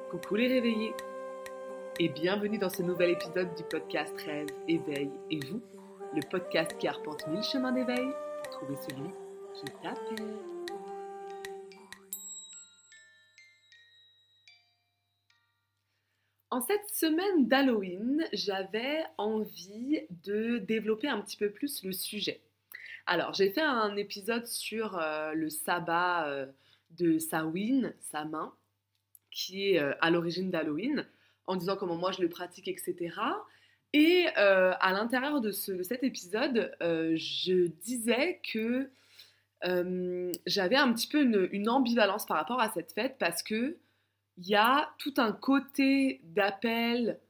Coucou les réveillés et bienvenue dans ce nouvel épisode du podcast Rêve, Éveil et vous, le podcast qui arpente 1000 chemins d'éveil pour trouver celui qui t'appelle. En cette semaine d'Halloween, j'avais envie de développer un petit peu plus le sujet. Alors, j'ai fait un épisode sur le sabbat de Samhain, Samhain, qui est à l'origine d'Halloween, en disant comment moi je le pratique, etc. Et à l'intérieur de cet épisode, je disais que j'avais un petit peu une ambivalence par rapport à cette fête parce que il y a tout un côté d'appel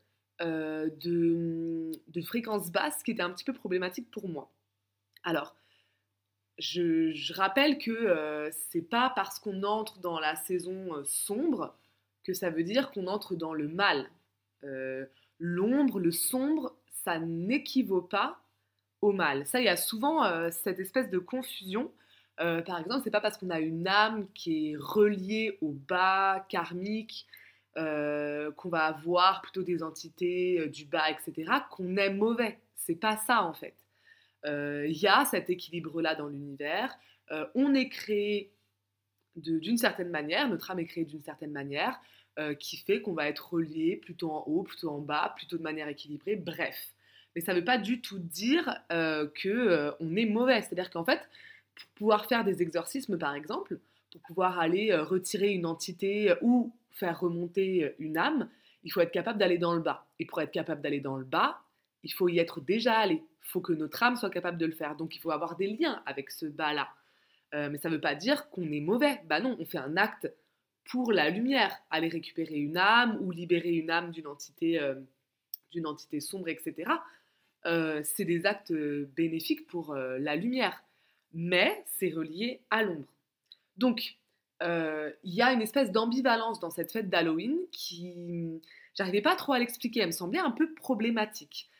de fréquence basse qui était un petit peu problématique pour moi. Alors, je rappelle que c'est pas parce qu'on entre dans la saison sombre que ça veut dire qu'on entre dans le mal. L'ombre, le sombre, ça n'équivaut pas au mal. Ça, il y a souvent cette espèce de confusion. Par exemple, c'est pas parce qu'on a une âme qui est reliée au bas karmique qu'on va avoir plutôt des entités du bas, etc., qu'on est mauvais. C'est pas ça en fait. Il y a cet équilibre-là dans l'univers. On est créé d'une certaine manière, notre âme est créée d'une certaine manière, qui fait qu'on va être relié plutôt en haut, plutôt en bas, plutôt de manière équilibrée, bref. Mais ça ne veut pas du tout dire qu'on est mauvais. C'est-à-dire qu'en fait, pour pouvoir faire des exorcismes, par exemple, pour pouvoir aller retirer une entité ou faire remonter une âme, il faut être capable d'aller dans le bas. Et pour être capable d'aller dans le bas, il faut y être déjà allé. Il faut que notre âme soit capable de le faire. Donc il faut avoir des liens avec ce bas-là. Mais ça ne veut pas dire qu'on est mauvais. Bah non, on fait un acte pour la lumière. Aller récupérer une âme ou libérer une âme d'une entité sombre, etc. C'est des actes bénéfiques pour la lumière. Mais c'est relié à l'ombre. Donc, il y a une espèce d'ambivalence dans cette fête d'Halloween qui... J'arrivais pas trop à l'expliquer, elle me semblait un peu problématique.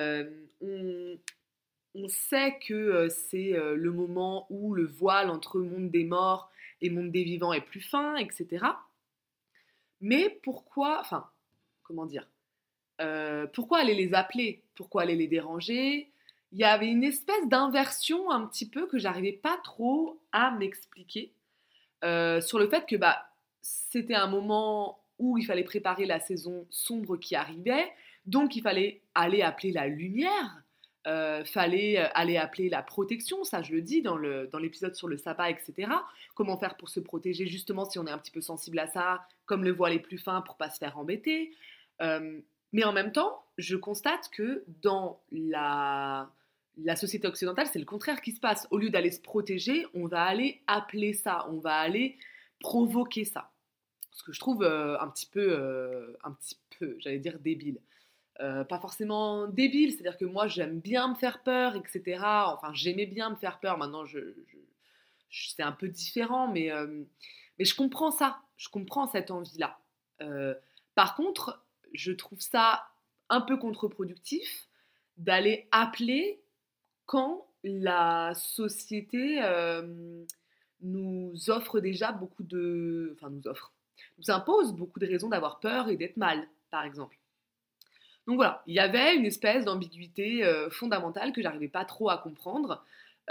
On sait que c'est le moment où le voile entre monde des morts et monde des vivants est plus fin, etc. Mais pourquoi, enfin, comment dire, pourquoi aller les appeler? Pourquoi aller les déranger? Il y avait une espèce d'inversion un petit peu que j'arrivais pas trop à m'expliquer sur le fait que c'était un moment où il fallait préparer la saison sombre qui arrivait, donc il fallait aller appeler la lumière, fallait aller appeler la protection, ça je le dis dans l'épisode sur le sabbat, etc. Comment faire pour se protéger justement si on est un petit peu sensible à ça, comme le voile est plus fin pour pas se faire embêter. Mais en même temps, je constate que dans la société occidentale, c'est le contraire qui se passe. Au lieu d'aller se protéger, on va aller appeler ça, on va aller provoquer ça. Ce que je trouve un petit peu, j'allais dire débile. Pas forcément débile, c'est-à-dire que moi j'aime bien me faire peur, etc. Enfin, j'aimais bien me faire peur, maintenant c'est un peu différent, mais je comprends ça, je comprends cette envie-là. Par contre, je trouve ça un peu contre-productif d'aller appeler quand la société nous offre déjà beaucoup de... Enfin, nous impose beaucoup de raisons d'avoir peur et d'être mal, par exemple. Donc voilà, il y avait une espèce d'ambiguïté fondamentale que j'arrivais pas trop à comprendre.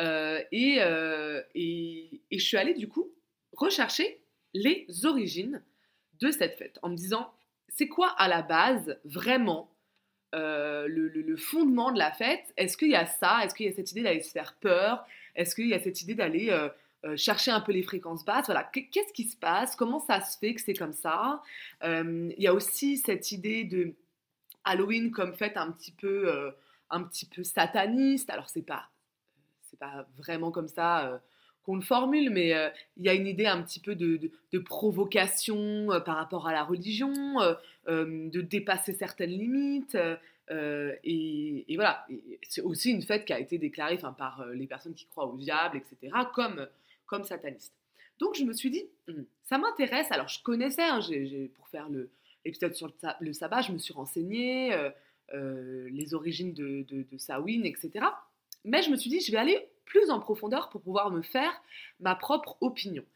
Et je suis allée du coup rechercher les origines de cette fête en me disant, c'est quoi à la base vraiment le fondement de la fête? Est-ce qu'il y a ça? Est-ce qu'il y a cette idée d'aller se faire peur? Est-ce qu'il y a cette idée d'aller chercher un peu les fréquences basses? Voilà, qu'est-ce qui se passe? Comment ça se fait que c'est comme ça? Il y a aussi cette idée de Halloween comme fête un petit peu sataniste. Alors c'est pas vraiment comme ça qu'on le formule, mais il y a une idée un petit peu de provocation par rapport à la religion, de dépasser certaines limites. Et voilà, et c'est aussi une fête qui a été déclarée par les personnes qui croient au diable, etc., comme sataniste. Donc je me suis dit, ça m'intéresse. Alors je connaissais, pour faire l'épisode sur le sabbat, je me suis renseignée, les origines de Samhain, etc. Mais je me suis dit, je vais aller plus en profondeur pour pouvoir me faire ma propre opinion.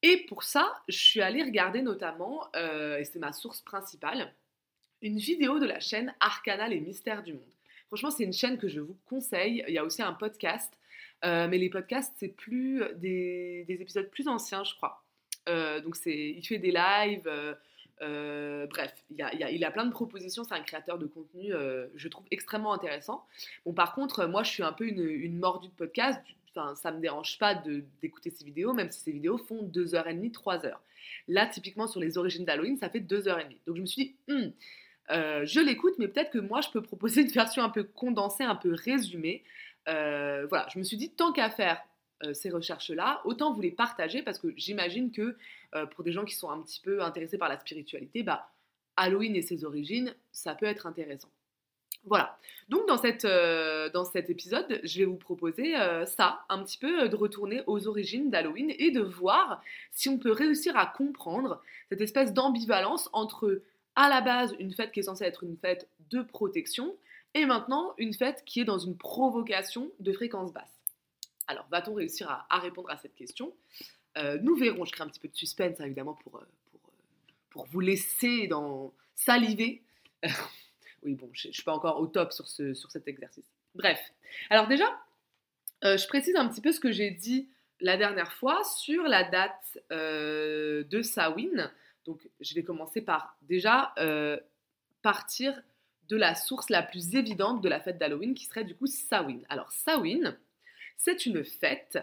Et pour ça, je suis allée regarder notamment, et c'est ma source principale, une vidéo de la chaîne Arcana les mystères du monde. Franchement, c'est une chaîne que je vous conseille. Il y a aussi un podcast, mais les podcasts, c'est plus des épisodes plus anciens, je crois. Donc il fait des lives, bref, il a plein de propositions. C'est un créateur de contenu, je trouve extrêmement intéressant. Bon, par contre, moi, je suis un peu une mordue de podcast. Enfin, ça me dérange pas d'écouter ces vidéos, même si ces vidéos font 2h30, 3 heures. Là, typiquement, sur les origines d'Halloween, ça fait 2h30. Donc, je me suis dit, je l'écoute, mais peut-être que moi, je peux proposer une version un peu condensée, un peu résumée. Voilà, je me suis dit, tant qu'à faire ces recherches-là, autant vous les partager parce que j'imagine que pour des gens qui sont un petit peu intéressés par la spiritualité, Halloween et ses origines, ça peut être intéressant. Voilà, donc dans cet épisode, je vais vous proposer ça, un petit peu de retourner aux origines d'Halloween et de voir si on peut réussir à comprendre cette espèce d'ambivalence entre, à la base, une fête qui est censée être une fête de protection et maintenant une fête qui est dans une provocation de fréquence basse. Alors, va-t-on réussir à répondre à cette question ? Nous verrons, je crée un petit peu de suspense, hein, évidemment, pour vous laisser saliver. Oui, bon, je ne suis pas encore au top sur cet exercice. Bref, alors déjà, je précise un petit peu ce que j'ai dit la dernière fois sur la date de Samhain. Donc, je vais commencer par déjà partir de la source la plus évidente de la fête d'Halloween, qui serait du coup Samhain. Alors, Samhain, c'est une fête,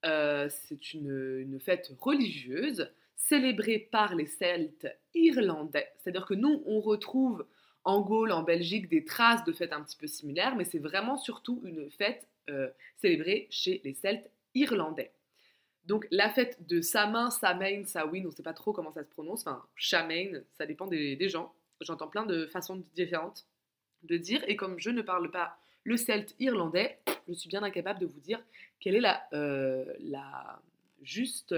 une fête religieuse célébrée par les Celtes irlandais. C'est-à-dire que nous, on retrouve en Gaule, en Belgique, des traces de fêtes un petit peu similaires, mais c'est vraiment surtout une fête célébrée chez les Celtes irlandais. Donc la fête de Samhain, Samhain, Samhain, on ne sait pas trop comment ça se prononce, enfin Samhain, ça dépend des gens. J'entends plein de façons différentes de dire, et comme je ne parle pas le celte irlandais, je suis bien incapable de vous dire quelle est la juste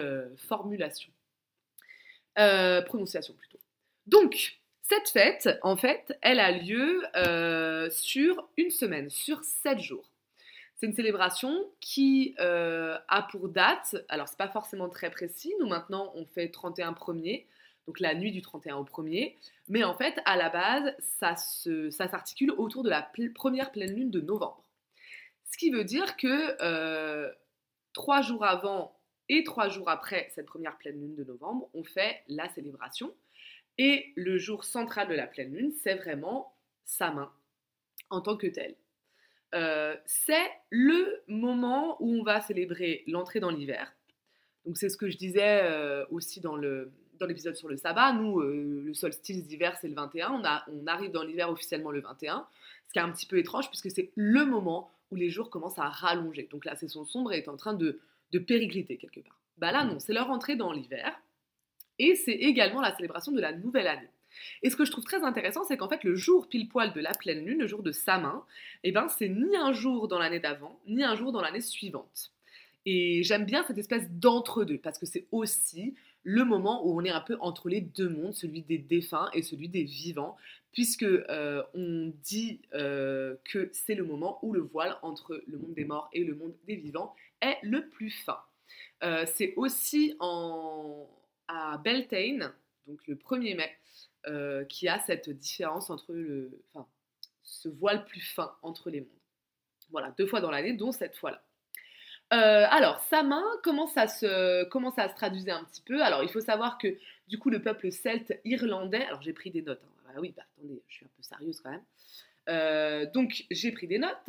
prononciation plutôt. Donc, cette fête, en fait, elle a lieu sur une semaine, sur 7 jours. C'est une célébration qui a pour date, alors c'est pas forcément très précis, nous maintenant on fait 31 premier, donc la nuit du 31 au 1er, mais en fait à la base ça s'articule autour de la première pleine lune de novembre. Ce qui veut dire que 3 jours avant et 3 jours après cette première pleine lune de novembre, on fait la célébration. Et le jour central de la pleine lune, c'est vraiment Samhain en tant que tel. C'est le moment où on va célébrer l'entrée dans l'hiver. Donc c'est ce que je disais aussi dans l'épisode sur le sabbat. Nous, le solstice d'hiver, c'est le 21. On arrive dans l'hiver officiellement le 21, ce qui est un petit peu étrange puisque c'est le moment où les jours commencent à rallonger. Donc la saison sombre est en train de péricliter quelque part. Là non, c'est leur entrée dans l'hiver et c'est également la célébration de la nouvelle année. Et ce que je trouve très intéressant, c'est qu'en fait, le jour pile poil de la pleine lune, le jour de Samhain, c'est ni un jour dans l'année d'avant, ni un jour dans l'année suivante. Et j'aime bien cette espèce d'entre-deux, parce que c'est aussi le moment où on est un peu entre les deux mondes, celui des défunts et celui des vivants, puisque on dit que c'est le moment où le voile entre le monde des morts et le monde des vivants est le plus fin. C'est aussi à Beltane, donc le 1er mai, qui a cette différence entre ce voile plus fin entre les mondes. Voilà, 2 fois dans l'année, dont cette fois-là. Alors, Samhain, comment ça se traduisait un petit peu ? Alors, il faut savoir que, du coup, le peuple celte irlandais... Alors, j'ai pris des notes. Hein. Oui, attendez, je suis un peu sérieuse quand même. Donc, j'ai pris des notes.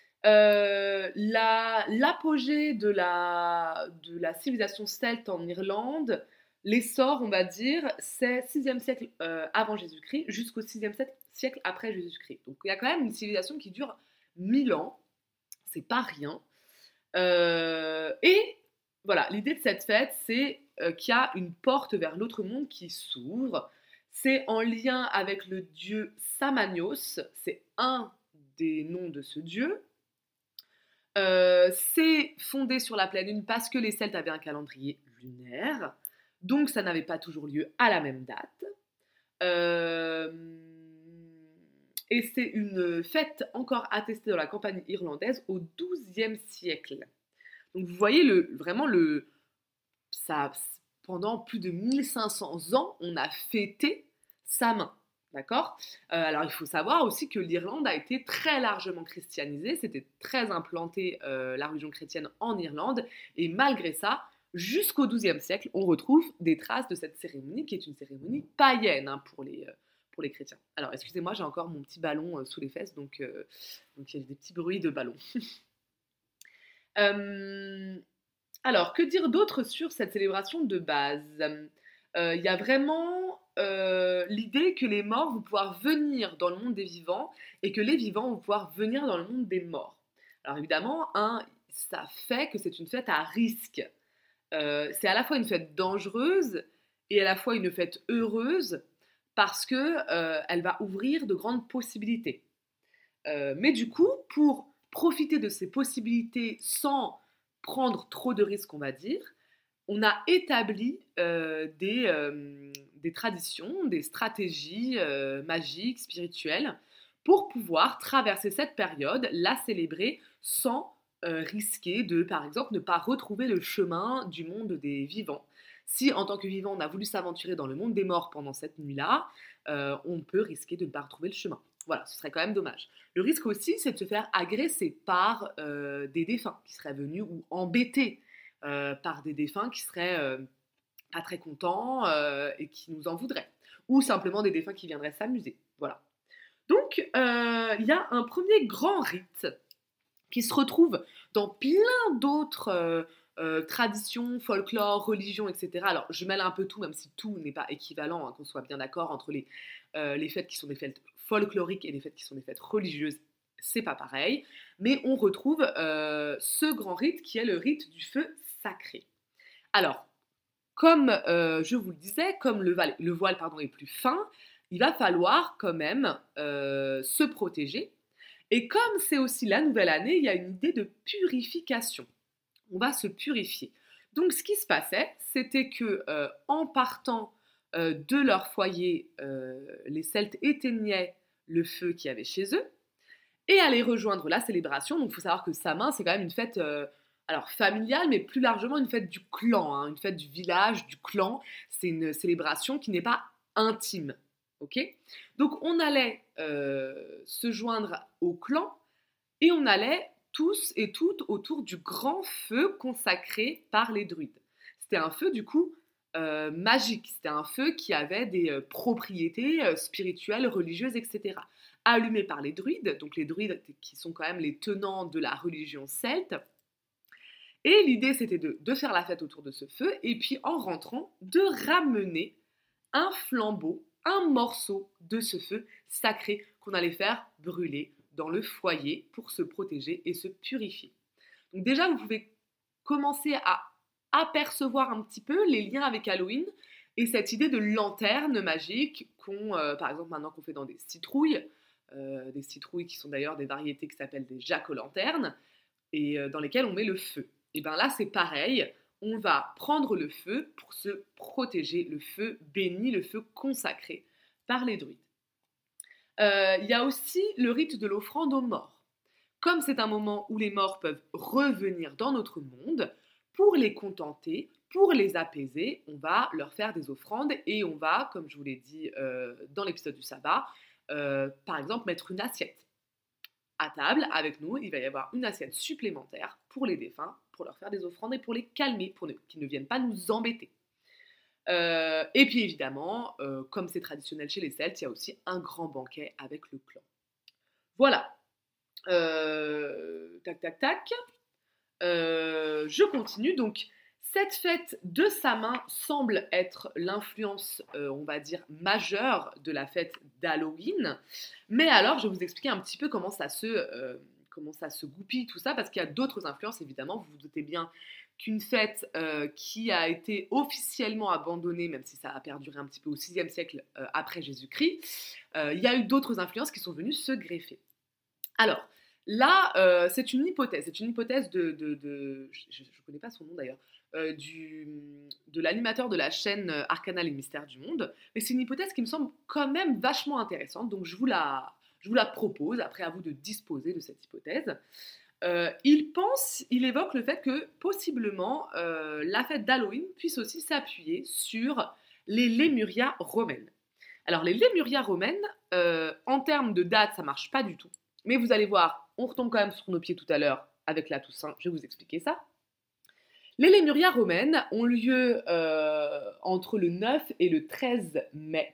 L'apogée de la civilisation celte en Irlande, l'essor, on va dire, c'est 6e siècle avant Jésus-Christ jusqu'au 6e siècle après Jésus-Christ. Donc, il y a quand même une civilisation qui dure 1000 ans. C'est pas rien. Et voilà, l'idée de cette fête, c'est qu'il y a une porte vers l'autre monde qui s'ouvre. C'est en lien avec le dieu Samanios, c'est un des noms de ce dieu. C'est fondé sur la pleine lune parce que les Celtes avaient un calendrier lunaire, donc ça n'avait pas toujours lieu à la même date. Et c'est une fête encore attestée dans la campagne irlandaise au XIIe siècle. Donc vous voyez vraiment ça, pendant plus de 1500 ans, on a fêté sa main. D'accord? Alors il faut savoir aussi que l'Irlande a été très largement christianisée, c'était très implanté la religion chrétienne en Irlande, et malgré ça, jusqu'au XIIe siècle, on retrouve des traces de cette cérémonie qui est une cérémonie païenne pour les chrétiens. Alors excusez-moi, j'ai encore mon petit ballon sous les fesses, donc il y a des petits bruits de ballon. Alors, que dire d'autre sur cette célébration de base? Il y a vraiment l'idée que les morts vont pouvoir venir dans le monde des vivants et que les vivants vont pouvoir venir dans le monde des morts. Alors évidemment, ça fait que c'est une fête à risque. C'est à la fois une fête dangereuse et à la fois une fête heureuse parce que elle va ouvrir de grandes possibilités. Mais du coup, pour profiter de ces possibilités sans prendre trop de risques, on va dire, on a établi des traditions, des stratégies magiques, spirituelles, pour pouvoir traverser cette période, la célébrer sans risquer de, par exemple, ne pas retrouver le chemin du monde des vivants. Si, en tant que vivant, on a voulu s'aventurer dans le monde des morts pendant cette nuit-là, on peut risquer de ne pas retrouver le chemin. Voilà, ce serait quand même dommage. Le risque aussi, c'est de se faire agresser par des défunts qui seraient venus ou embêtés par des défunts qui seraient pas très contents et qui nous en voudraient. Ou simplement des défunts qui viendraient s'amuser. Voilà. Donc, il y a un premier grand rite qui se retrouve dans plein d'autres traditions, folklore, religions, etc. Alors, je mêle un peu tout, même si tout n'est pas équivalent, hein, qu'on soit bien d'accord, entre les fêtes qui sont des fêtes folkloriques et les fêtes qui sont des fêtes religieuses, c'est pas pareil. Mais on retrouve ce grand rite qui est le rite du feu sacré. Alors, comme je vous le disais, comme le voile est plus fin, il va falloir quand même se protéger. Et comme c'est aussi la nouvelle année, il y a une idée de purification. On va se purifier. Donc ce qui se passait, c'était que en partant de leur foyer, les Celtes éteignaient le feu qu'il y avait chez eux et allaient rejoindre la célébration. Donc il faut savoir que Samhain, c'est quand même une fête alors familiale, mais plus largement une fête du clan, hein, une fête du village, du clan. C'est une célébration qui n'est pas intime. Ok ? Donc on allait se joindre au clan et on allait tous et toutes autour du grand feu consacré par les druides. C'était un feu du coup magique, c'était un feu qui avait des propriétés spirituelles, religieuses, etc. Allumé par les druides, donc les druides qui sont quand même les tenants de la religion celte. Et l'idée c'était de faire la fête autour de ce feu et puis en rentrant de ramener un flambeau, un morceau de ce feu sacré qu'on allait faire brûler dans le foyer pour se protéger et se purifier. Donc déjà, vous pouvez commencer à apercevoir un petit peu les liens avec Halloween et cette idée de lanterne magique qu'on, par exemple, maintenant qu'on fait dans des citrouilles qui sont d'ailleurs des variétés qui s'appellent des jack-o'-lanternes, et dans lesquelles on met le feu. Et bien là, c'est pareil. On va prendre le feu pour se protéger, le feu béni, le feu consacré par les druides. Il y a aussi le rite de l'offrande aux morts. Comme c'est un moment où les morts peuvent revenir dans notre monde, pour les contenter, pour les apaiser, on va leur faire des offrandes et on va, comme je vous l'ai dit dans l'épisode du sabbat, par exemple mettre une assiette à table avec nous. Il va y avoir une assiette supplémentaire pour les défunts, pour leur faire des offrandes et pour les calmer, pour qu'ils ne viennent pas nous embêter. Et puis évidemment, comme c'est traditionnel chez les Celtes, il y a aussi un grand banquet avec le clan. Voilà. Tac. Je continue. Donc, cette fête de Samhain semble être l'influence, on va dire, majeure de la fête d'Halloween. Mais alors, je vais vous expliquer un petit peu comment ça se goupille, tout ça, parce qu'il y a d'autres influences, évidemment. Vous vous doutez bien qu'une fête qui a été officiellement abandonnée, même si ça a perduré un petit peu au VIe siècle après Jésus-Christ, il y a eu d'autres influences qui sont venues se greffer. Alors, là, c'est une hypothèse. C'est une hypothèse je ne connais pas son nom d'ailleurs, de l'animateur de la chaîne Arcana les mystères du monde. Mais c'est une hypothèse qui me semble quand même vachement intéressante. Donc je vous la propose, après à vous de disposer de cette hypothèse. il évoque le fait que possiblement la fête d'Halloween puisse aussi s'appuyer sur les Lémurias romaines. Alors les Lémurias romaines, en termes de date, ça marche pas du tout. Mais vous allez voir, on retombe quand même sur nos pieds tout à l'heure avec la Toussaint, je vais vous expliquer ça. Les Lémurias romaines ont lieu entre le 9 et le 13 mai.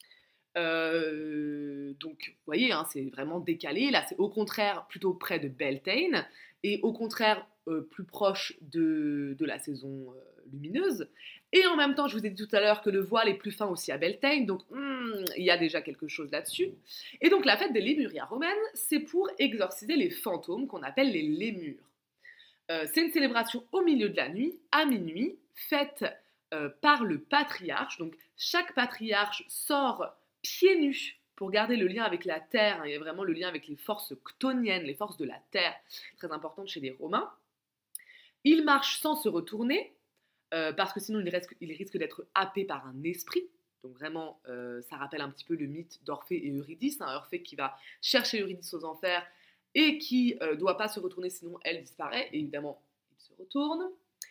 Donc, vous voyez, hein, c'est vraiment décalé. Là, c'est au contraire plutôt près de Beltane et au contraire plus proche de la saison lumineuse. Et en même temps, je vous ai dit tout à l'heure que le voile est plus fin aussi à Beltane, donc il y a déjà quelque chose là-dessus. Et donc, la fête des Lémurias romaines, c'est pour exorciser les fantômes qu'on appelle les lémures. C'est une célébration au milieu de la nuit, à minuit, faite par le patriarche. Donc, chaque patriarche sort pieds nus pour garder le lien avec la terre, hein, et vraiment le lien avec les forces chtoniennes, les forces de la terre, très importantes chez les Romains. Il marche sans se retourner, parce que sinon il risque d'être happé par un esprit. Donc vraiment, ça rappelle un petit peu le mythe d'Orphée et Eurydice, hein, Orphée qui va chercher Eurydice aux enfers et qui ne doit pas se retourner sinon elle disparaît, et évidemment il se retourne.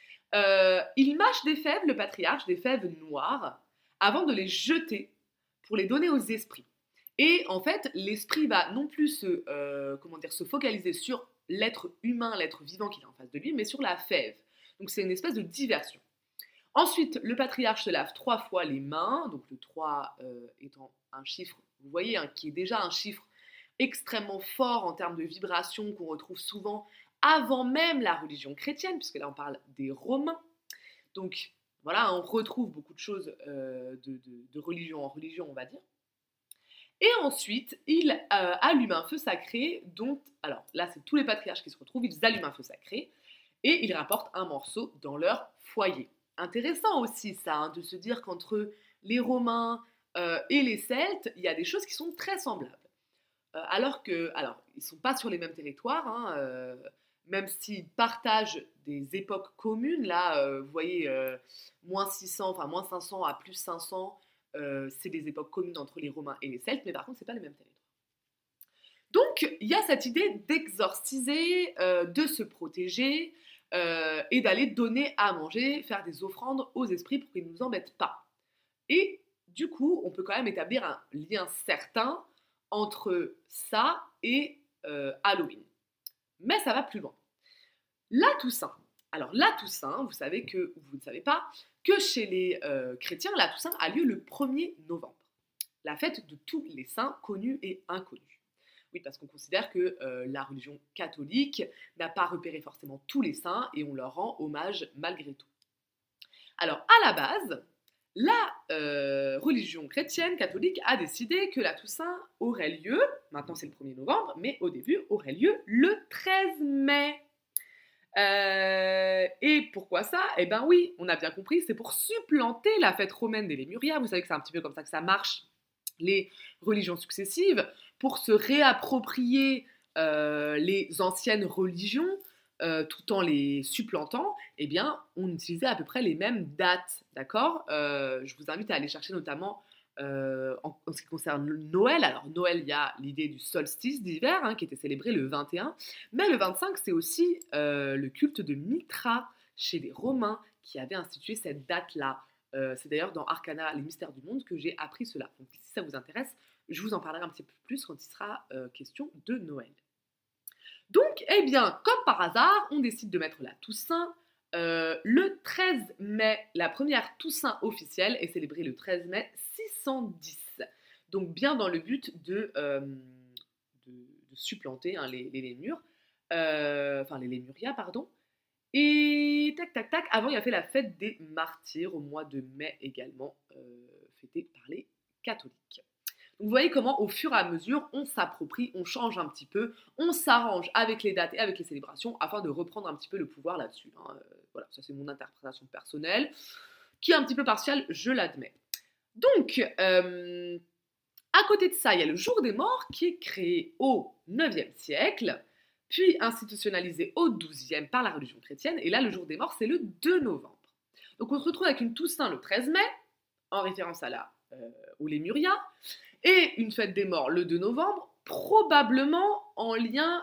Il mâche des fèves, le patriarche, des fèves noires, avant de les jeter pour les donner aux esprits. Et en fait, l'esprit va non plus se focaliser sur l'être humain, l'être vivant qu'il a en face de lui, mais sur la fève. Donc c'est une espèce de diversion. Ensuite, le patriarche se lave 3 fois les mains, donc le 3 étant un chiffre, vous voyez, hein, qui est déjà un chiffre extrêmement fort en termes de vibration qu'on retrouve souvent avant même la religion chrétienne, puisque là on parle des Romains. Donc voilà, on retrouve beaucoup de choses de religion en religion, on va dire. Et ensuite, il allume un feu sacré, alors là c'est tous les patriarches qui se retrouvent, ils allument un feu sacré, et ils rapportent un morceau dans leur foyer. Intéressant aussi ça, hein, de se dire qu'entre les Romains et les Celtes, il y a des choses qui sont très semblables. Alors, ils ne sont pas sur les mêmes territoires, hein, même s'ils partagent des époques communes. Là, vous voyez, moins 600, enfin moins 500 à plus 500, c'est des époques communes entre les Romains et les Celtes, mais par contre, ce n'est pas les mêmes territoires. Donc, il y a cette idée d'exorciser, de se protéger et d'aller donner à manger, faire des offrandes aux esprits pour qu'ils ne nous embêtent pas. Et du coup, on peut quand même établir un lien certain entre ça et Halloween. Mais ça va plus loin. La Toussaint. Alors la Toussaint, vous savez que, ou vous ne savez pas, que chez les chrétiens, la Toussaint a lieu le 1er novembre. La fête de tous les saints connus et inconnus. Oui, parce qu'on considère que la religion catholique n'a pas repéré forcément tous les saints et on leur rend hommage malgré tout. Alors à la base, la religion chrétienne catholique a décidé que la Toussaint aurait lieu, maintenant c'est le 1er novembre, mais au début aurait lieu le 13 mai. Et pourquoi ça? Eh bien oui, on a bien compris, c'est pour supplanter la fête romaine des Lémurias. Vous savez que c'est un petit peu comme ça que ça marche, les religions successives, pour se réapproprier les anciennes religions, tout en les supplantant, eh bien, on utilisait à peu près les mêmes dates, d'accord? Je vous invite à aller chercher notamment en ce qui concerne Noël. Alors Noël, il y a l'idée du solstice d'hiver, hein, qui était célébré le 21, mais le 25, c'est aussi le culte de Mithra chez les Romains qui avaient institué cette date-là. C'est d'ailleurs dans Arcana, les mystères du monde, que j'ai appris cela. Donc si ça vous intéresse, je vous en parlerai un petit peu plus quand il sera question de Noël. Donc, eh bien, comme par hasard, on décide de mettre la Toussaint le 13 mai. La première Toussaint officielle est célébrée le 13 mai 610. Donc, bien dans le but de supplanter hein, les Lémures, les Lémurias, pardon. Et tac, tac, tac, avant, il y a fait la fête des martyrs au mois de mai également, fêtée par les catholiques. Donc vous voyez comment au fur et à mesure on s'approprie, on change un petit peu, on s'arrange avec les dates et avec les célébrations afin de reprendre un petit peu le pouvoir là-dessus. Hein. Voilà, ça c'est mon interprétation personnelle, qui est un petit peu partielle, je l'admets. Donc, à côté de ça, il y a le jour des morts qui est créé au 9e siècle, puis institutionnalisé au 12e par la religion chrétienne, et là le jour des morts c'est le 2 novembre. Donc on se retrouve avec une Toussaint le 13 mai, en référence à aux Lémurias, et une fête des morts le 2 novembre probablement en lien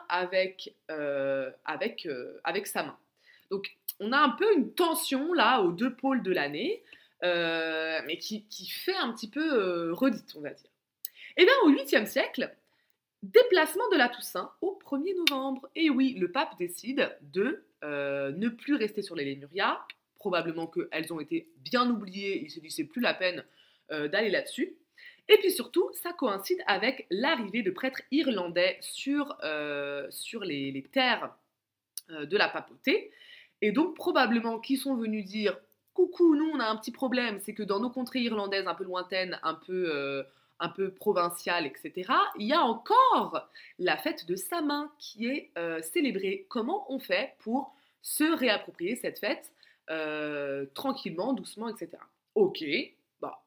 avec sa main. Donc, on a un peu une tension là aux deux pôles de l'année, mais qui fait un petit peu redite, on va dire. Et bien, au 8e siècle, déplacement de la Toussaint au 1er novembre. Et oui, le pape décide de ne plus rester sur les Lémurias. Probablement qu'elles ont été bien oubliées. Il se dit c'est plus la peine d'aller là-dessus. Et puis surtout, ça coïncide avec l'arrivée de prêtres irlandais sur les terres de la papauté. Et donc probablement qu'ils sont venus dire « Coucou, nous on a un petit problème, c'est que dans nos contrées irlandaises un peu lointaines, un peu provinciales, etc., il y a encore la fête de Samin qui est célébrée. Comment on fait pour se réapproprier cette fête tranquillement, doucement, etc. » Ok, bah,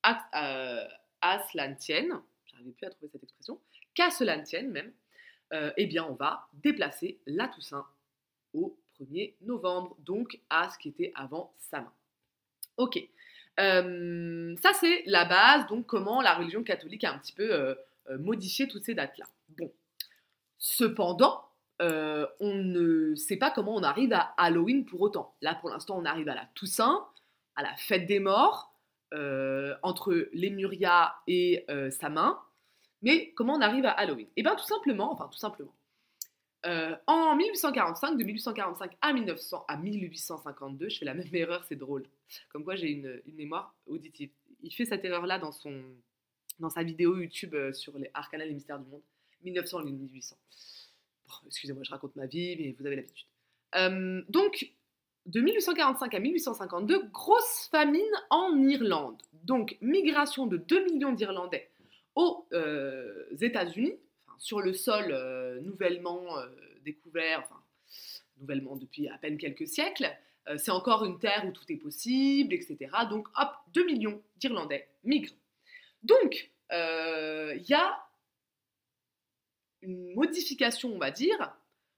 à cela ne tienne, j'arrivais plus à trouver cette expression, qu'à cela ne tienne même, eh bien on va déplacer la Toussaint au 1er novembre, donc à ce qui était avant Samin. Ok, ça c'est la base, donc comment la religion catholique a un petit peu modifié toutes ces dates-là. Bon, cependant, on ne sait pas comment on arrive à Halloween pour autant. Là pour l'instant on arrive à la Toussaint, à la fête des morts, entre Lémuria et Samin, mais comment on arrive à Halloween? Eh bien tout simplement, en 1845, de 1845 à 1852, je fais la même erreur, c'est drôle. Comme quoi j'ai une mémoire auditive. Il fait cette erreur-là dans sa vidéo YouTube sur les Arcana et les mystères du monde. 1900 et 1800. Bon, excusez-moi, je raconte ma vie, mais vous avez l'habitude. Donc, de 1845 à 1852, grosse famine en Irlande. Donc, migration de 2 millions d'Irlandais aux États-Unis, sur le sol nouvellement découvert, nouvellement depuis à peine quelques siècles. C'est encore une terre où tout est possible, etc. Donc, hop, 2 millions d'Irlandais migrent. Donc, il y a une modification, on va dire,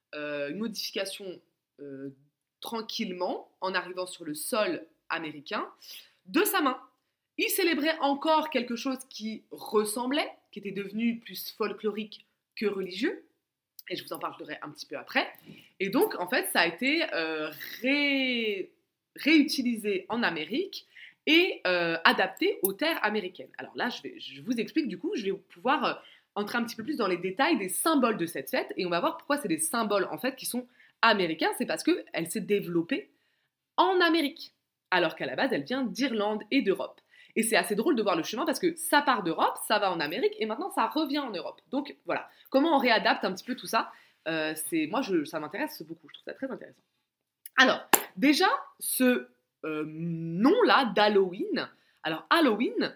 tranquillement, en arrivant sur le sol américain, de sa main. Il célébrait encore quelque chose qui ressemblait, qui était devenu plus folklorique que religieux, et je vous en parlerai un petit peu après. Et donc, en fait, ça a été réutilisé en Amérique et adapté aux terres américaines. Alors là, je vous explique, du coup, je vais pouvoir entrer un petit peu plus dans les détails des symboles de cette fête, et on va voir pourquoi c'est des symboles, en fait, qui sont américains. C'est parce qu'elle s'est développée en Amérique, alors qu'à la base, elle vient d'Irlande et d'Europe. Et c'est assez drôle de voir le chemin parce que ça part d'Europe, ça va en Amérique et maintenant ça revient en Europe. Donc voilà, comment on réadapte un petit peu tout ça, ça m'intéresse beaucoup, je trouve ça très intéressant. Alors, déjà, ce nom-là d'Halloween, alors Halloween,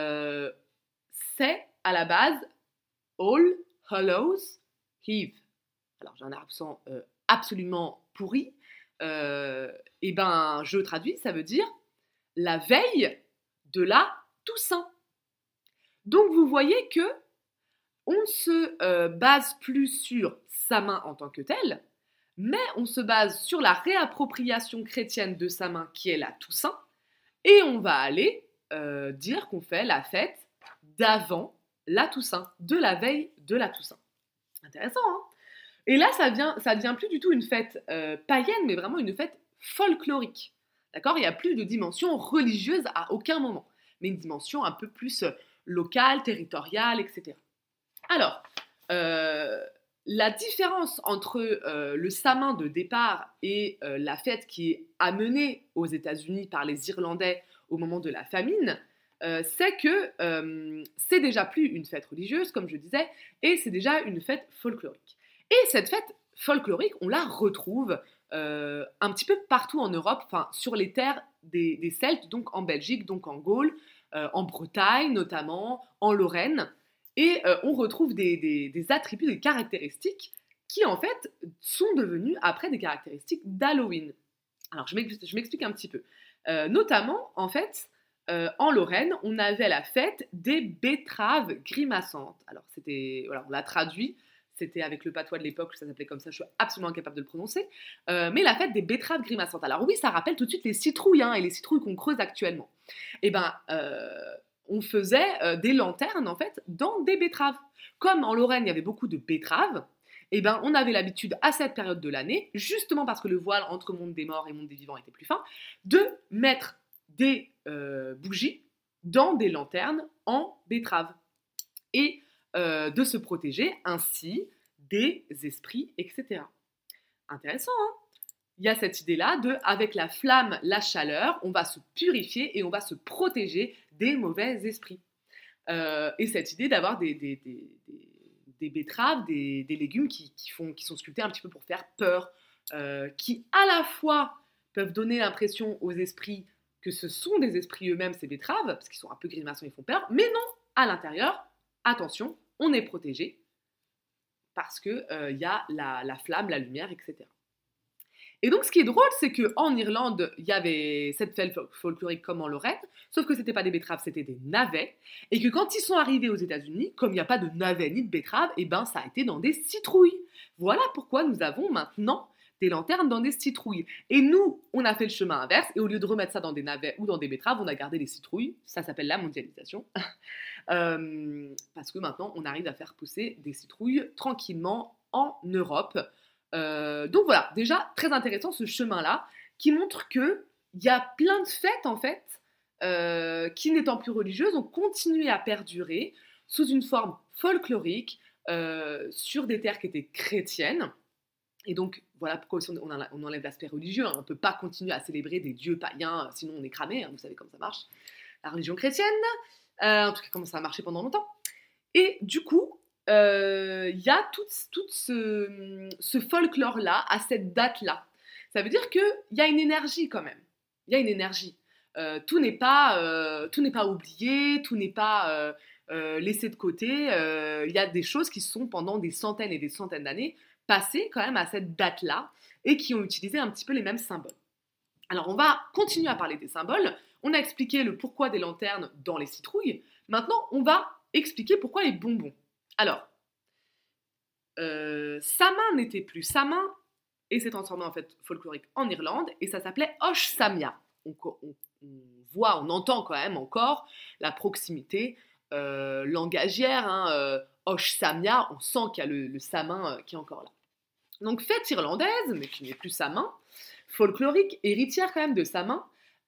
c'est à la base All Hallows Eve. Alors j'ai un accent absolument pourri, et ben je traduis, ça veut dire la veille de la Toussaint. Donc vous voyez que on ne se base plus sur Samin en tant que tel, mais on se base sur la réappropriation chrétienne de Samin qui est la Toussaint, et on va aller dire qu'on fait la fête d'avant la Toussaint, de la veille de la Toussaint. Intéressant, hein? Et là, ça devient plus du tout une fête païenne, mais vraiment une fête folklorique. D'accord? Il n'y a plus de dimension religieuse à aucun moment, mais une dimension un peu plus locale, territoriale, etc. Alors, la différence entre le Samin de départ et la fête qui est amenée aux États-Unis par les Irlandais au moment de la famine, c'est que c'est déjà plus une fête religieuse, comme je disais, et c'est déjà une fête folklorique. Et cette fête folklorique, on la retrouve un petit peu partout en Europe, sur les terres des Celtes, donc en Belgique, donc en Gaule, en Bretagne notamment, en Lorraine. Et on retrouve des attributs, des caractéristiques qui en fait sont devenus après des caractéristiques d'Halloween. Alors je m'explique un petit peu. Notamment, en fait, en Lorraine, on avait la fête des betteraves grimaçantes. Alors on l'a traduit. C'était avec le patois de l'époque, ça s'appelait comme ça, je suis absolument incapable de le prononcer. Mais la fête des betteraves grimaçantes. Alors oui, ça rappelle tout de suite les citrouilles, et les citrouilles qu'on creuse actuellement. Et ben, on faisait des lanternes en fait dans des betteraves. Comme en Lorraine, il y avait beaucoup de betteraves, eh ben, on avait l'habitude à cette période de l'année, justement parce que le voile entre monde des morts et monde des vivants était plus fin, de mettre des bougies dans des lanternes en betterave et de se protéger ainsi des esprits, etc. Intéressant, hein? Il y a cette idée-là de, avec la flamme, la chaleur, on va se purifier et on va se protéger des mauvais esprits. Et cette idée d'avoir des betteraves, des légumes qui sont sculptés un petit peu pour faire peur, qui à la fois peuvent donner l'impression aux esprits que ce sont des esprits eux-mêmes, ces betteraves, parce qu'ils sont un peu grimaçants, ils font peur, mais non, à l'intérieur, attention, on est protégé, parce qu'il y a la flamme, la lumière, etc. Et donc, ce qui est drôle, c'est qu'en Irlande, il y avait cette fête folklorique comme en Lorraine, sauf que c'était pas des betteraves, c'était des navets, et que quand ils sont arrivés aux États-Unis, comme il n'y a pas de navets ni de betteraves, et ben ça a été dans des citrouilles. Voilà pourquoi nous avons maintenant des lanternes dans des citrouilles. Et nous, on a fait le chemin inverse, et au lieu de remettre ça dans des navets ou dans des betteraves, on a gardé les citrouilles. Ça s'appelle la mondialisation. Parce que maintenant, on arrive à faire pousser des citrouilles tranquillement en Europe. Donc voilà, déjà très intéressant ce chemin-là qui montre que il y a plein de fêtes en fait qui n'étant plus religieuses ont continué à perdurer sous une forme folklorique sur des terres qui étaient chrétiennes. Et donc voilà pourquoi aussi on enlève l'aspect religieux, hein. On ne peut pas continuer à célébrer des dieux païens, sinon on est cramé, hein, vous savez comment ça marche. La religion chrétienne, en tout cas comment ça a marché pendant longtemps. Et du coup, il y a tout ce folklore-là, à cette date-là. Ça veut dire qu'il y a une énergie quand même. Il y a une énergie. Tout n'est pas oublié, tout n'est pas laissé de côté. Il y a des choses qui sont pendant des centaines et des centaines d'années passées quand même à cette date-là et qui ont utilisé un petit peu les mêmes symboles. Alors on va continuer à parler des symboles. On a expliqué le pourquoi des lanternes dans les citrouilles. Maintenant, on va expliquer pourquoi les bonbons. Alors, Samin n'était plus Samin et s'est transformé en fait folklorique en Irlande et ça s'appelait Osh Samia. On voit, on entend quand même encore la proximité langagière, hein, Osh Samia, on sent qu'il y a le Samin qui est encore là. Donc fête irlandaise, mais qui n'est plus Samin, folklorique, héritière quand même de Samin,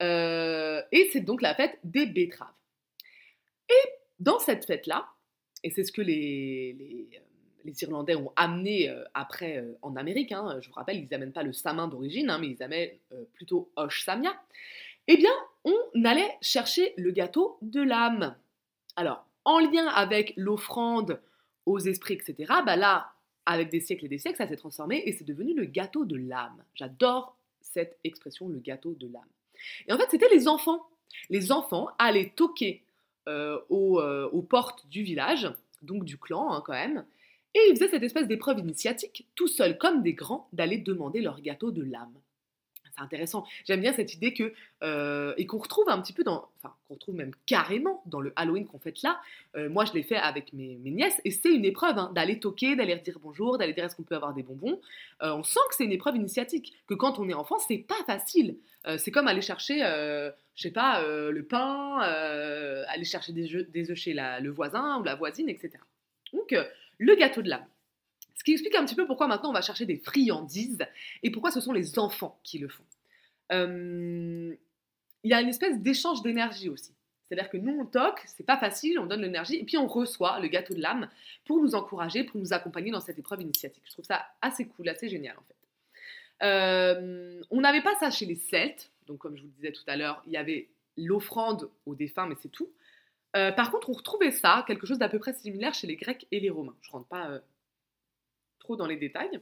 et c'est donc la fête des betteraves. Et dans cette fête-là, et c'est ce que les Irlandais ont amené après en Amérique, hein, je vous rappelle, ils n'amènent pas le Samin d'origine, hein, mais ils amènent plutôt Osh Samia, eh bien, on allait chercher le gâteau de l'âme. Alors, en lien avec l'offrande aux esprits, etc., bah là, avec des siècles et des siècles, ça s'est transformé et c'est devenu le gâteau de l'âme. J'adore cette expression, le gâteau de l'âme. Et en fait, c'était les enfants. Les enfants allaient toquer aux portes du village, donc du clan hein, quand même, et ils faisaient cette espèce d'épreuve initiatique, tout seuls comme des grands, d'aller demander leur gâteau de l'âme. C'est intéressant. J'aime bien cette idée que et qu'on retrouve un petit peu qu'on retrouve même carrément dans le Halloween qu'on fête là. Moi, je l'ai fait avec mes nièces et c'est une épreuve hein, d'aller toquer, d'aller dire bonjour, d'aller dire est-ce qu'on peut avoir des bonbons. On sent que c'est une épreuve initiatique, que quand on est enfant, c'est pas facile. C'est comme aller chercher, je sais pas, le pain, aller chercher des œufs chez le voisin ou la voisine, etc. Donc, le gâteau de l'âme. Ce qui explique un petit peu pourquoi maintenant on va chercher des friandises et pourquoi ce sont les enfants qui le font. Il y a une espèce d'échange d'énergie aussi. C'est-à-dire que nous on toque, c'est pas facile, on donne l'énergie et puis on reçoit le gâteau de l'âme pour nous encourager, pour nous accompagner dans cette épreuve initiatique. Je trouve ça assez cool, assez génial en fait. On n'avait pas ça chez les Celtes, donc comme je vous le disais tout à l'heure, il y avait l'offrande aux défunts, mais c'est tout. Par contre, on retrouvait ça, quelque chose d'à peu près similaire chez les Grecs et les Romains. Je ne rentre pas trop dans les détails.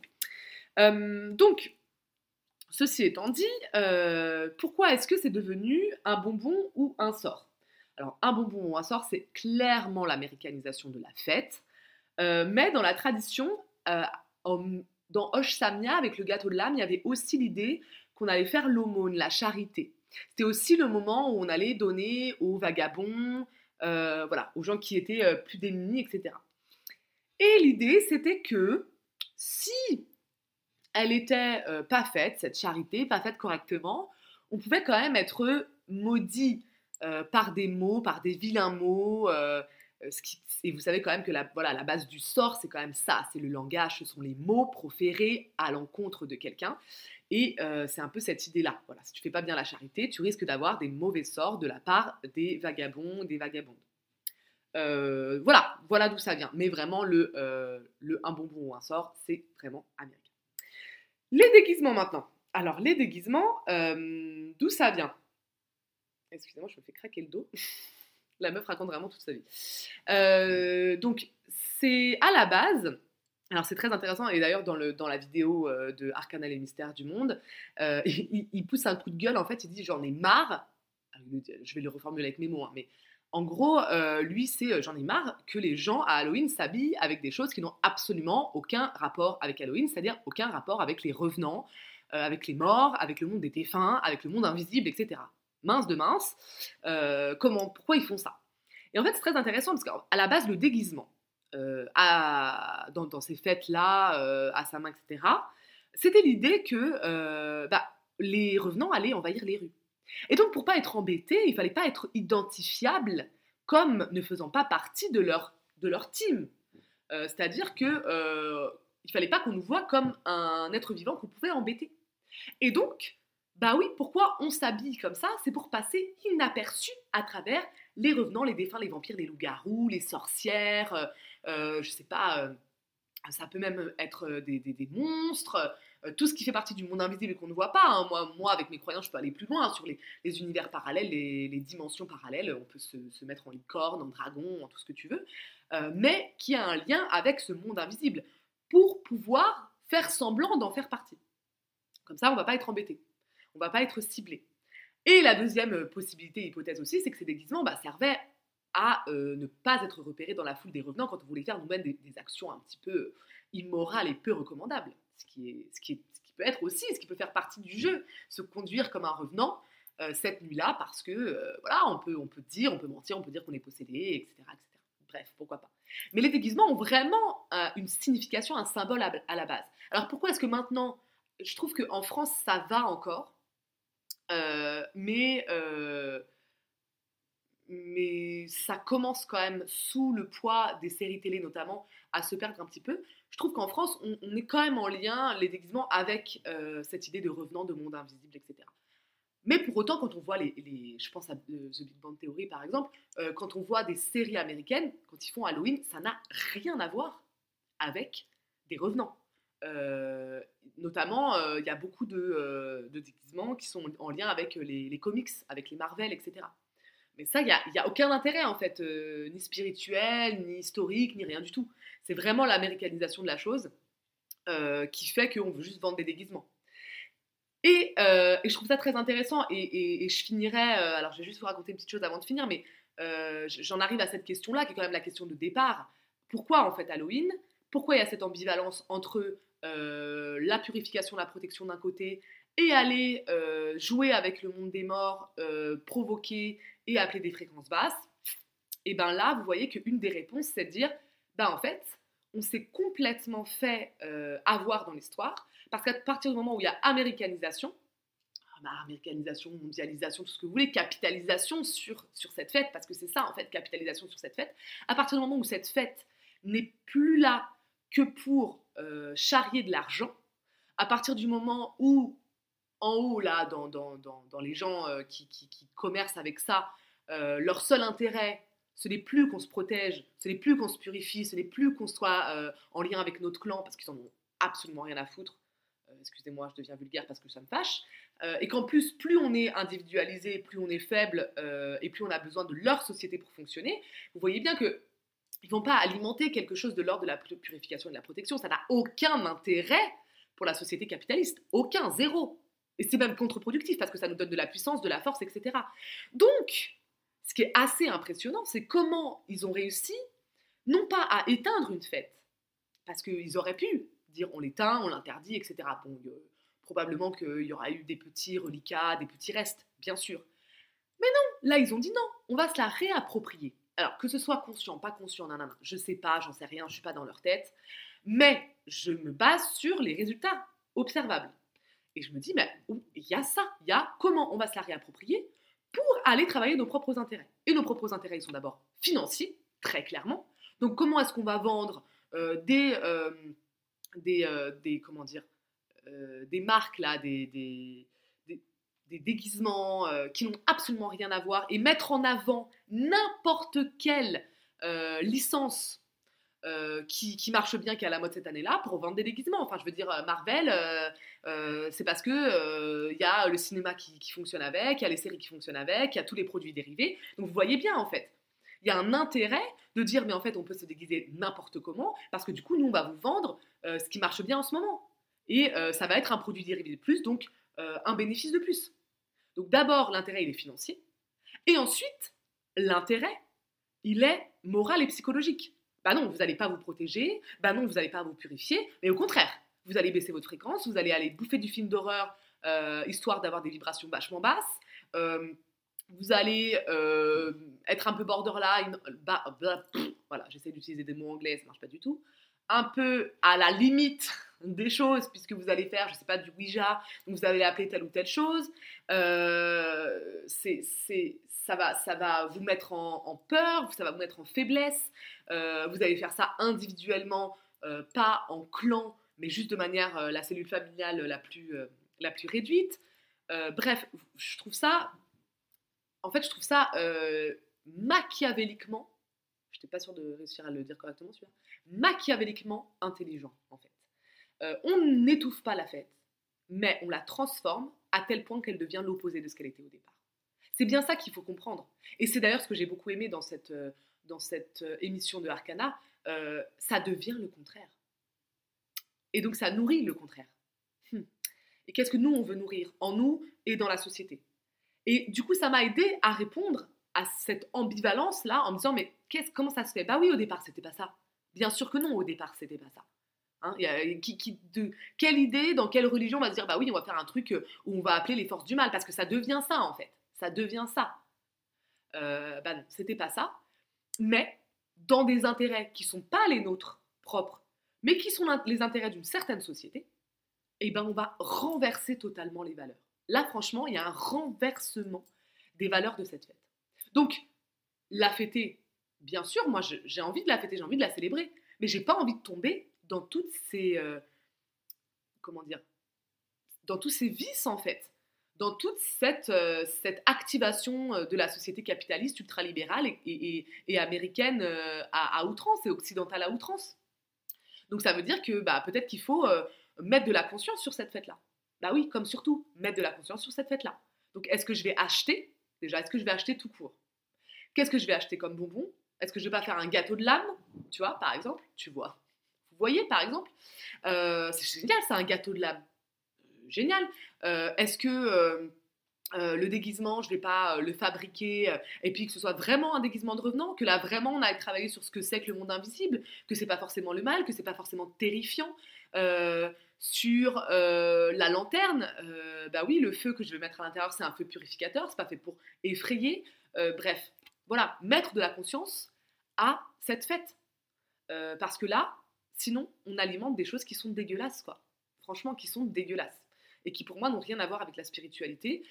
Donc, ceci étant dit, pourquoi est-ce que c'est devenu un bonbon ou un sort? Alors, un bonbon ou un sort, c'est clairement l'américanisation de la fête, mais dans la tradition, dans Osh Samia, avec le gâteau de l'âme, il y avait aussi l'idée qu'on allait faire l'aumône, la charité. C'était aussi le moment où on allait donner aux vagabonds, voilà, aux gens qui étaient plus démunis, etc. Et l'idée, c'était que si elle était pas faite, cette charité, pas faite correctement, on pouvait quand même être maudit par des mots, par des vilains mots. Et vous savez quand même que la base du sort, c'est quand même ça. C'est le langage, ce sont les mots proférés à l'encontre de quelqu'un. Et c'est un peu cette idée-là. Voilà, si tu fais pas bien la charité, tu risques d'avoir des mauvais sorts de la part des vagabonds, des vagabondes. Voilà d'où ça vient. Mais vraiment, un bonbon ou un sort, c'est vraiment américain. Les déguisements maintenant. Alors, les déguisements, d'où ça vient? Excusez-moi, je me fais craquer le dos. La meuf raconte vraiment toute sa vie. Donc, c'est à la base. Alors, c'est très intéressant. Et d'ailleurs, dans la vidéo de Arcana et les mystères du monde, il pousse un coup de gueule. En fait, il dit j'en ai marre. Je vais le reformuler avec mes mots, hein, mais en gros, lui, c'est j'en ai marre que les gens à Halloween s'habillent avec des choses qui n'ont absolument aucun rapport avec Halloween, c'est-à-dire aucun rapport avec les revenants, avec les morts, avec le monde des défunts, avec le monde invisible, etc. Mince de mince, pourquoi ils font ça? Et en fait, c'est très intéressant parce qu'à la base, le déguisement, dans ces fêtes-là, à sa main, etc., c'était l'idée que les revenants allaient envahir les rues. Et donc, pour pas être embêté, il fallait pas être identifiable comme ne faisant pas partie de leur team. C'est-à-dire que il fallait pas qu'on nous voie comme un être vivant qu'on pouvait embêter. Et donc, bah oui, pourquoi on s'habille comme ça? C'est pour passer inaperçu à travers les revenants, les défunts, les vampires, les loups-garous, les sorcières, je sais pas, ça peut même être des monstres, tout ce qui fait partie du monde invisible et qu'on ne voit pas. Hein. Moi, avec mes croyances, je peux aller plus loin sur les univers parallèles, les dimensions parallèles. On peut se mettre en licorne, en dragon, en tout ce que tu veux, mais qui a un lien avec ce monde invisible pour pouvoir faire semblant d'en faire partie. Comme ça, on ne va pas être embêté, on ne va pas être ciblé. Et la deuxième possibilité, hypothèse aussi, c'est que ces déguisements servaient à ne pas être repérés dans la foule des revenants quand on voulait faire nous-mêmes des actions un petit peu immorales et peu recommandables. Ce qui peut être aussi, ce qui peut faire partie du jeu, se conduire comme un revenant cette nuit-là parce que on peut dire, on peut mentir, on peut dire qu'on est possédé, etc., etc. Bref, pourquoi pas. Mais les déguisements ont vraiment une signification, un symbole à la base. Alors pourquoi est-ce que maintenant, je trouve qu'en France ça va encore, mais ça commence quand même, sous le poids des séries télé notamment, à se perdre un petit peu. Je trouve qu'en France, on est quand même en lien, les déguisements, avec cette idée de revenant, de monde invisible, etc. Mais pour autant, quand on voit je pense à The Big Bang Theory par exemple, quand on voit des séries américaines, quand ils font Halloween, ça n'a rien à voir avec des revenants. Notamment, il y a beaucoup de déguisements qui sont en lien avec les comics, avec les Marvel, etc. Mais ça, il y a aucun intérêt en fait, ni spirituel, ni historique, ni rien du tout. C'est vraiment l'américanisation de la chose qui fait qu'on veut juste vendre des déguisements. Et je trouve ça très intéressant et je finirai, alors je vais juste vous raconter une petite chose avant de finir, mais j'en arrive à cette question-là qui est quand même la question de départ. Pourquoi en fait Halloween? Pourquoi il y a cette ambivalence entre la purification, la protection d'un côté et aller jouer avec le monde des morts, provoquer et appeler des fréquences basses? Et bien là, vous voyez qu'une des réponses, c'est de dire, en fait, on s'est complètement fait avoir dans l'histoire, parce qu'à partir du moment où il y a américanisation, mondialisation, tout ce que vous voulez, capitalisation sur cette fête, parce que c'est ça en fait, capitalisation sur cette fête, à partir du moment où cette fête n'est plus là que pour charrier de l'argent, à partir du moment où, en haut, là, dans les gens qui commercent avec ça, leur seul intérêt, ce n'est plus qu'on se protège, ce n'est plus qu'on se purifie, ce n'est plus qu'on soit en lien avec notre clan, parce qu'ils en ont absolument rien à foutre. Excusez-moi, je deviens vulgaire parce que ça me fâche. Et qu'en plus, plus on est individualisé, plus on est faible, et plus on a besoin de leur société pour fonctionner, vous voyez bien que ils ne vont pas alimenter quelque chose de l'ordre de la purification et de la protection. Ça n'a aucun intérêt pour la société capitaliste. Aucun, zéro. Et c'est même contre-productif parce que ça nous donne de la puissance, de la force, etc. Donc, ce qui est assez impressionnant, c'est comment ils ont réussi, non pas à éteindre une fête, parce qu'ils auraient pu dire on l'éteint, on l'interdit, etc. Bon, probablement qu'il y aura eu des petits reliquats, des petits restes, bien sûr. Mais non, là ils ont dit non, on va se la réapproprier. Alors, que ce soit conscient, pas conscient, nanana, je sais pas, j'en sais rien, je suis pas dans leur tête, mais je me base sur les résultats observables. Et je me dis, mais il y a ça, il y a comment on va se la réapproprier pour aller travailler nos propres intérêts. Et nos propres intérêts, ils sont d'abord financiers, très clairement. Donc comment est-ce qu'on va vendre comment dire, des marques là, des déguisements qui n'ont absolument rien à voir et mettre en avant n'importe quelle licence qui marche bien, qui est à la mode cette année-là, pour vendre des déguisements. Enfin, je veux dire, Marvel, c'est parce que y a le cinéma qui fonctionne avec, il y a les séries qui fonctionnent avec, il y a tous les produits dérivés. Donc vous voyez bien, en fait, il y a un intérêt de dire, mais en fait, on peut se déguiser n'importe comment, parce que du coup, nous, on va vous vendre ce qui marche bien en ce moment. Et ça va être un produit dérivé de plus, donc un bénéfice de plus. Donc d'abord, l'intérêt, il est financier. Et ensuite, l'intérêt, il est moral et psychologique. Bah non, vous n'allez pas vous protéger, bah non, vous n'allez pas vous purifier, mais au contraire, vous allez baisser votre fréquence, vous allez aller bouffer du film d'horreur histoire d'avoir des vibrations vachement basses, vous allez être un peu borderline, voilà, j'essaie d'utiliser des mots anglais, ça marche pas du tout, un peu à la limite des choses, puisque vous allez faire, je sais pas, du Ouija, donc vous allez appeler telle ou telle chose, ça va vous mettre en peur, ça va vous mettre en faiblesse, vous allez faire ça individuellement, pas en clan, mais juste de manière, la cellule familiale la plus réduite. Bref, je trouve ça, machiavéliquement, je n'étais pas sûre de réussir à le dire correctement celui-là, machiavéliquement intelligent en fait. On n'étouffe pas la fête, mais on la transforme à tel point qu'elle devient l'opposé de ce qu'elle était au départ. C'est bien ça qu'il faut comprendre. Et c'est d'ailleurs ce que j'ai beaucoup aimé dans cette émission de Arcana, ça devient le contraire. Et donc ça nourrit le contraire. Et qu'est-ce que nous, on veut nourrir en nous et dans la société? Et du coup, ça m'a aidé à répondre à cette ambivalence-là en me disant, mais comment ça se fait? Bah oui, au départ, c'était pas ça. Bien sûr que non, au départ, c'était pas ça. Hein, quelle idée, dans quelle religion on va se dire, bah oui, on va faire un truc où on va appeler les forces du mal, parce que ça devient ça, en fait. Ça devient ça. Bah non, c'était pas ça. Mais dans des intérêts qui sont pas les nôtres propres, mais qui sont les intérêts d'une certaine société, eh ben on va renverser totalement les valeurs. Là, franchement, il y a un renversement des valeurs de cette fête. Donc, la fêter, bien sûr, moi j'ai envie de la fêter, j'ai envie de la célébrer, mais j'ai pas envie de tomber dans toutes ces dans tous ces vices en fait, dans toute cette activation de la société capitaliste ultralibérale et américaine à outrance et occidentale à outrance. Donc ça veut dire que peut-être qu'il faut mettre de la conscience sur cette fête-là. Bah oui, comme surtout, mettre de la conscience sur cette fête-là. Donc est-ce que je vais acheter, déjà, est-ce que je vais acheter tout court? Qu'est-ce que je vais acheter comme bonbon? Est-ce que je vais pas faire un gâteau de l'âme? Tu vois, par exemple, tu vois. Vous voyez, par exemple, c'est génial, c'est un gâteau de l'âme. Génial. Est-ce que le déguisement, je ne vais pas le fabriquer et puis que ce soit vraiment un déguisement de revenant, que là vraiment on a travaillé sur ce que c'est que le monde invisible, que c'est pas forcément le mal, que c'est pas forcément terrifiant. Sur la lanterne, bah oui, le feu que je vais mettre à l'intérieur, c'est un feu purificateur, c'est pas fait pour effrayer. Bref, voilà, mettre de la conscience à cette fête. Parce que là, sinon, on alimente des choses qui sont dégueulasses, quoi. Franchement, qui sont dégueulasses. Et qui, pour moi, n'ont rien à voir avec la spiritualité.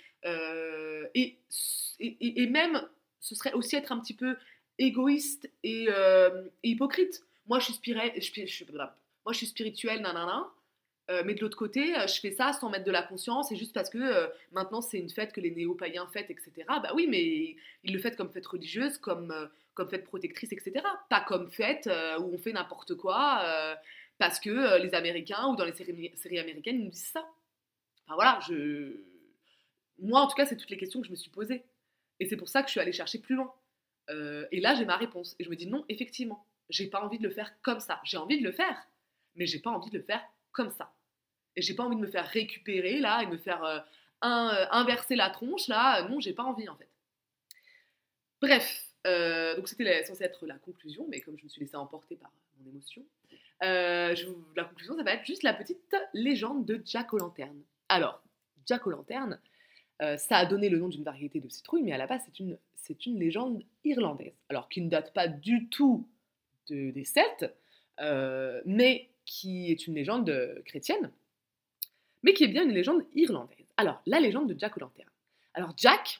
Et même, ce serait aussi être un petit peu égoïste et hypocrite. Moi, je suis spirituelle, nanana. Mais de l'autre côté, je fais ça sans mettre de la conscience et juste parce que maintenant c'est une fête que les néo-païens fêtent, etc. Bah oui, mais ils le fêtent comme fête religieuse, comme fête protectrice, etc. Pas comme fête où on fait n'importe quoi parce que les Américains ou dans les séries américaines ils nous disent ça. Enfin voilà, moi en tout cas, c'est toutes les questions que je me suis posées. Et c'est pour ça que je suis allée chercher plus loin. Et là, j'ai ma réponse. Et je me dis non, effectivement, j'ai pas envie de le faire comme ça. J'ai envie de le faire, mais j'ai pas envie de le faire comme ça. Et j'ai pas envie de me faire récupérer là et me faire inverser la tronche là. Non, j'ai pas envie en fait. Bref, donc c'était censé être la conclusion, mais comme je me suis laissée emporter par mon émotion, la conclusion, ça va être juste la petite légende de Jack O'Lanterne. Alors, Jack O'Lanterne, ça a donné le nom d'une variété de citrouille, mais à la base, c'est une légende irlandaise. Alors, qui ne date pas du tout des Celtes, mais qui est une légende chrétienne, mais qui est bien une légende irlandaise. Alors, la légende de Jack O'Lanterne. Alors, Jack,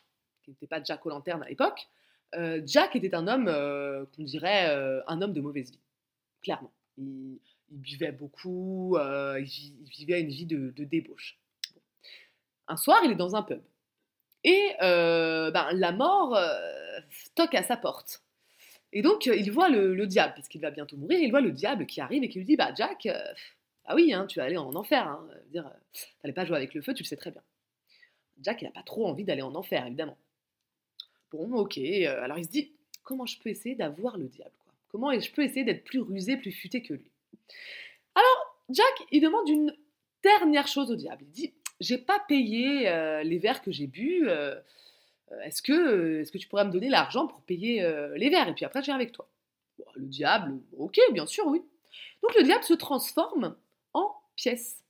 qui n'était pas Jack O'Lanterne à l'époque, Jack était un homme, qu'on dirait, un homme de mauvaise vie, clairement. Il buvait beaucoup, il vivait une vie de débauche. Un soir, il est dans un pub et la mort toque à sa porte. Et donc, il voit le diable, parce qu'il va bientôt mourir, il voit le diable qui arrive et qui lui dit, bah Jack, ah oui, hein, tu vas aller en enfer, hein, t'allais pas jouer avec le feu, tu le sais très bien. Jack, il n'a pas trop envie d'aller en enfer, évidemment. Bon, ok, alors il se dit, comment je peux essayer d'avoir le diable, quoi? Comment je peux essayer d'être plus rusé, plus futé que lui? Alors, Jack, il demande une dernière chose au diable. Il dit, j'ai pas payé les verres que j'ai bu, est-ce que tu pourrais me donner l'argent pour payer les verres? Et puis après, je viens avec toi. Bon, le diable, ok, bien sûr, oui. Donc le diable se transforme en pièce.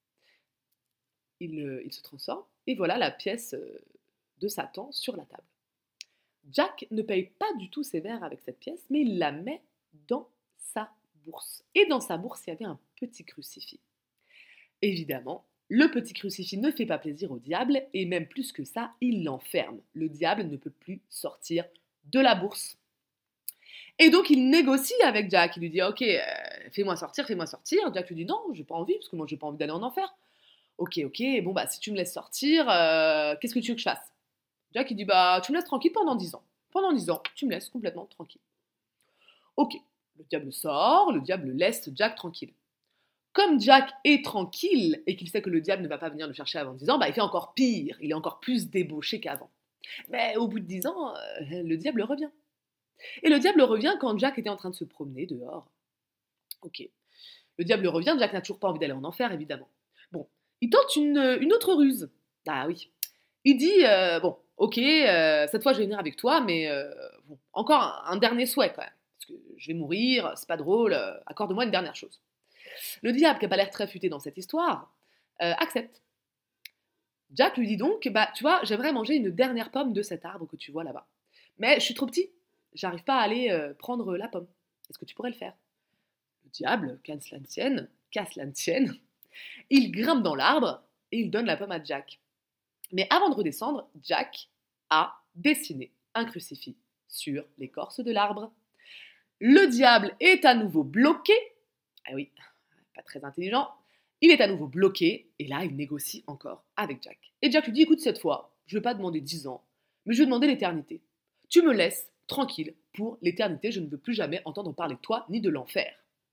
Il se transforme, et voilà la pièce de Satan sur la table. Jack ne paye pas du tout ses verres avec cette pièce, mais il la met dans sa bourse. Et dans sa bourse, il y avait un petit crucifix. Évidemment, le petit crucifix ne fait pas plaisir au diable, et même plus que ça, il l'enferme. Le diable ne peut plus sortir de la bourse. Et donc il négocie avec Jack, il lui dit ok, fais-moi sortir, fais-moi sortir. Jack lui dit non, j'ai pas envie, parce que moi j'ai pas envie d'aller en enfer. Ok, bon bah si tu me laisses sortir, qu'est-ce que tu veux que je fasse? Jack il dit bah tu me laisses tranquille pendant 10 ans. Pendant 10 ans, tu me laisses complètement tranquille. Ok, le diable sort, le diable laisse Jack tranquille. Comme Jack est tranquille et qu'il sait que le diable ne va pas venir le chercher avant 10 ans, bah il fait encore pire, il est encore plus débauché qu'avant. Mais au bout de 10 ans, le diable revient. Et le diable revient quand Jack était en train de se promener dehors. Ok. Le diable revient, Jack n'a toujours pas envie d'aller en enfer, évidemment. Bon, il tente une autre ruse. Ah oui. Il dit, bon, ok, cette fois je vais venir avec toi, mais bon, encore un dernier souhait quand même. Parce que je vais mourir, c'est pas drôle, accorde-moi une dernière chose. Le diable, qui n'a pas l'air très futé dans cette histoire, accepte. Jack lui dit donc, bah tu vois, j'aimerais manger une dernière pomme de cet arbre que tu vois là-bas. Mais je suis trop petit, j'arrive pas à aller prendre la pomme. Est-ce que tu pourrais le faire? Le diable, qu'à cela ne tienne, il grimpe dans l'arbre et il donne la pomme à Jack. Mais avant de redescendre, Jack a dessiné un crucifix sur l'écorce de l'arbre. Le diable est à nouveau bloqué. Ah oui, pas très intelligent. Il est à nouveau bloqué et là, il négocie encore avec Jack. Et Jack lui dit, écoute, cette fois, je ne vais pas demander 10 ans, mais je vais demander l'éternité. Tu me laisses tranquille pour l'éternité, je ne veux plus jamais entendre parler de toi ni de l'enfer.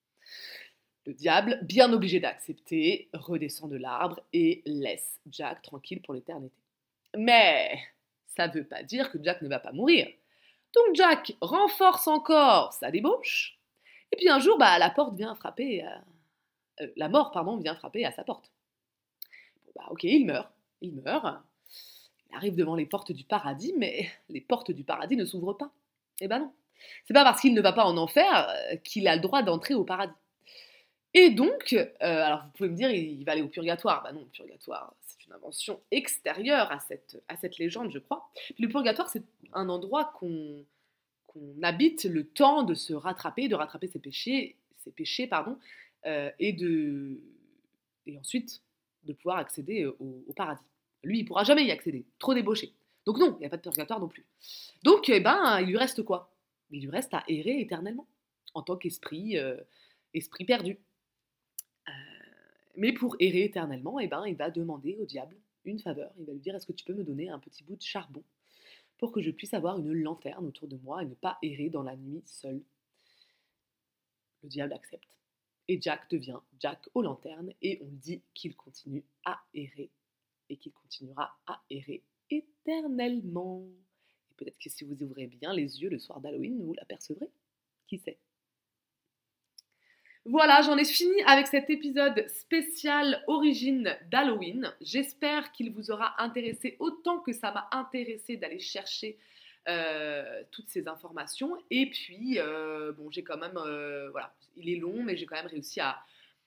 Le diable, bien obligé d'accepter, redescend de l'arbre et laisse Jack tranquille pour l'éternité. Mais ça ne veut pas dire que Jack ne va pas mourir. Donc Jack renforce encore sa débauche. Et puis un jour, la porte vient frapper, la mort, vient frapper à sa porte. Bon, ok, il meurt. Il arrive devant les portes du paradis, mais les portes du paradis ne s'ouvrent pas. Eh ben non. C'est pas parce qu'il ne va pas en enfer qu'il a le droit d'entrer au paradis. Et donc, alors vous pouvez me dire, il va aller au purgatoire. Bah non, le purgatoire, c'est une invention extérieure à cette légende, je crois. Puis le purgatoire, c'est un endroit qu'on habite le temps de se rattraper, de rattraper ses péchés, et ensuite de pouvoir accéder au paradis. Lui, il ne pourra jamais y accéder, trop débauché. Donc non, il n'y a pas de purgatoire non plus. Donc, il lui reste quoi? Il lui reste à errer éternellement, en tant qu'esprit esprit perdu. Mais pour errer éternellement, il va demander au diable une faveur. Il va lui dire, est-ce que tu peux me donner un petit bout de charbon pour que je puisse avoir une lanterne autour de moi et ne pas errer dans la nuit seul? Le diable accepte. Et Jack devient Jack aux lanternes et on dit qu'il continue à errer et qu'il continuera à errer éternellement. Et peut-être que si vous ouvrez bien les yeux le soir d'Halloween, vous l'apercevrez. Qui sait? Voilà, j'en ai fini avec cet épisode spécial origine d'Halloween. J'espère qu'il vous aura intéressé autant que ça m'a intéressé d'aller chercher toutes ces informations. Et puis, j'ai quand même, voilà, il est long, mais j'ai quand même réussi à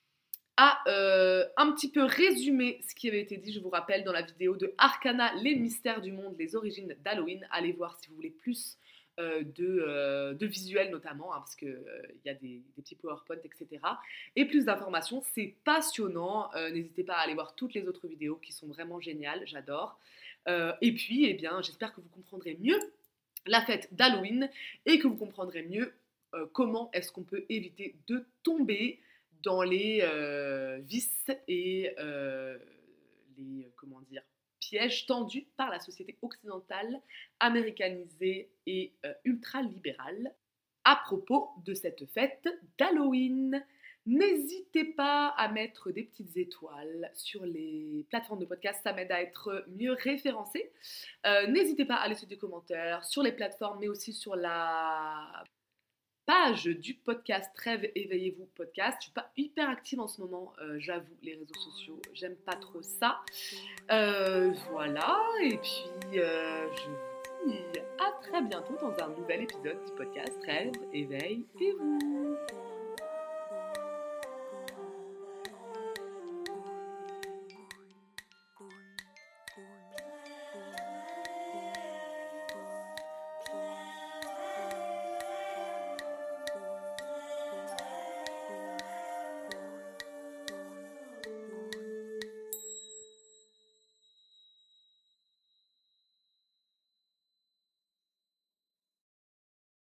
un petit peu résumer ce qui avait été dit. Je vous rappelle, dans la vidéo de Arcana, les mystères du monde, les origines d'Halloween. Allez voir si vous voulez plus de visuels notamment, parce qu'il y a des petits PowerPoint, etc. Et plus d'informations, c'est passionnant. N'hésitez pas à aller voir toutes les autres vidéos qui sont vraiment géniales, j'adore. Et puis, eh bien, j'espère que vous comprendrez mieux la fête d'Halloween et que vous comprendrez mieux comment est-ce qu'on peut éviter de tomber dans les vices et les comment dire, pièges tendus par la société occidentale, américanisée et ultra-libérale à propos de cette fête d'Halloween. N'hésitez pas à mettre des petites étoiles sur les plateformes de podcast, ça m'aide à être mieux référencé. N'hésitez pas à laisser des commentaires sur les plateformes, mais aussi sur la page du podcast Rêve Éveillez-vous podcast. Je suis pas hyper active en ce moment, j'avoue, les réseaux sociaux, j'aime pas trop ça. Voilà, et puis je vous dis à très bientôt dans un nouvel épisode du podcast Rêve Éveillez-vous.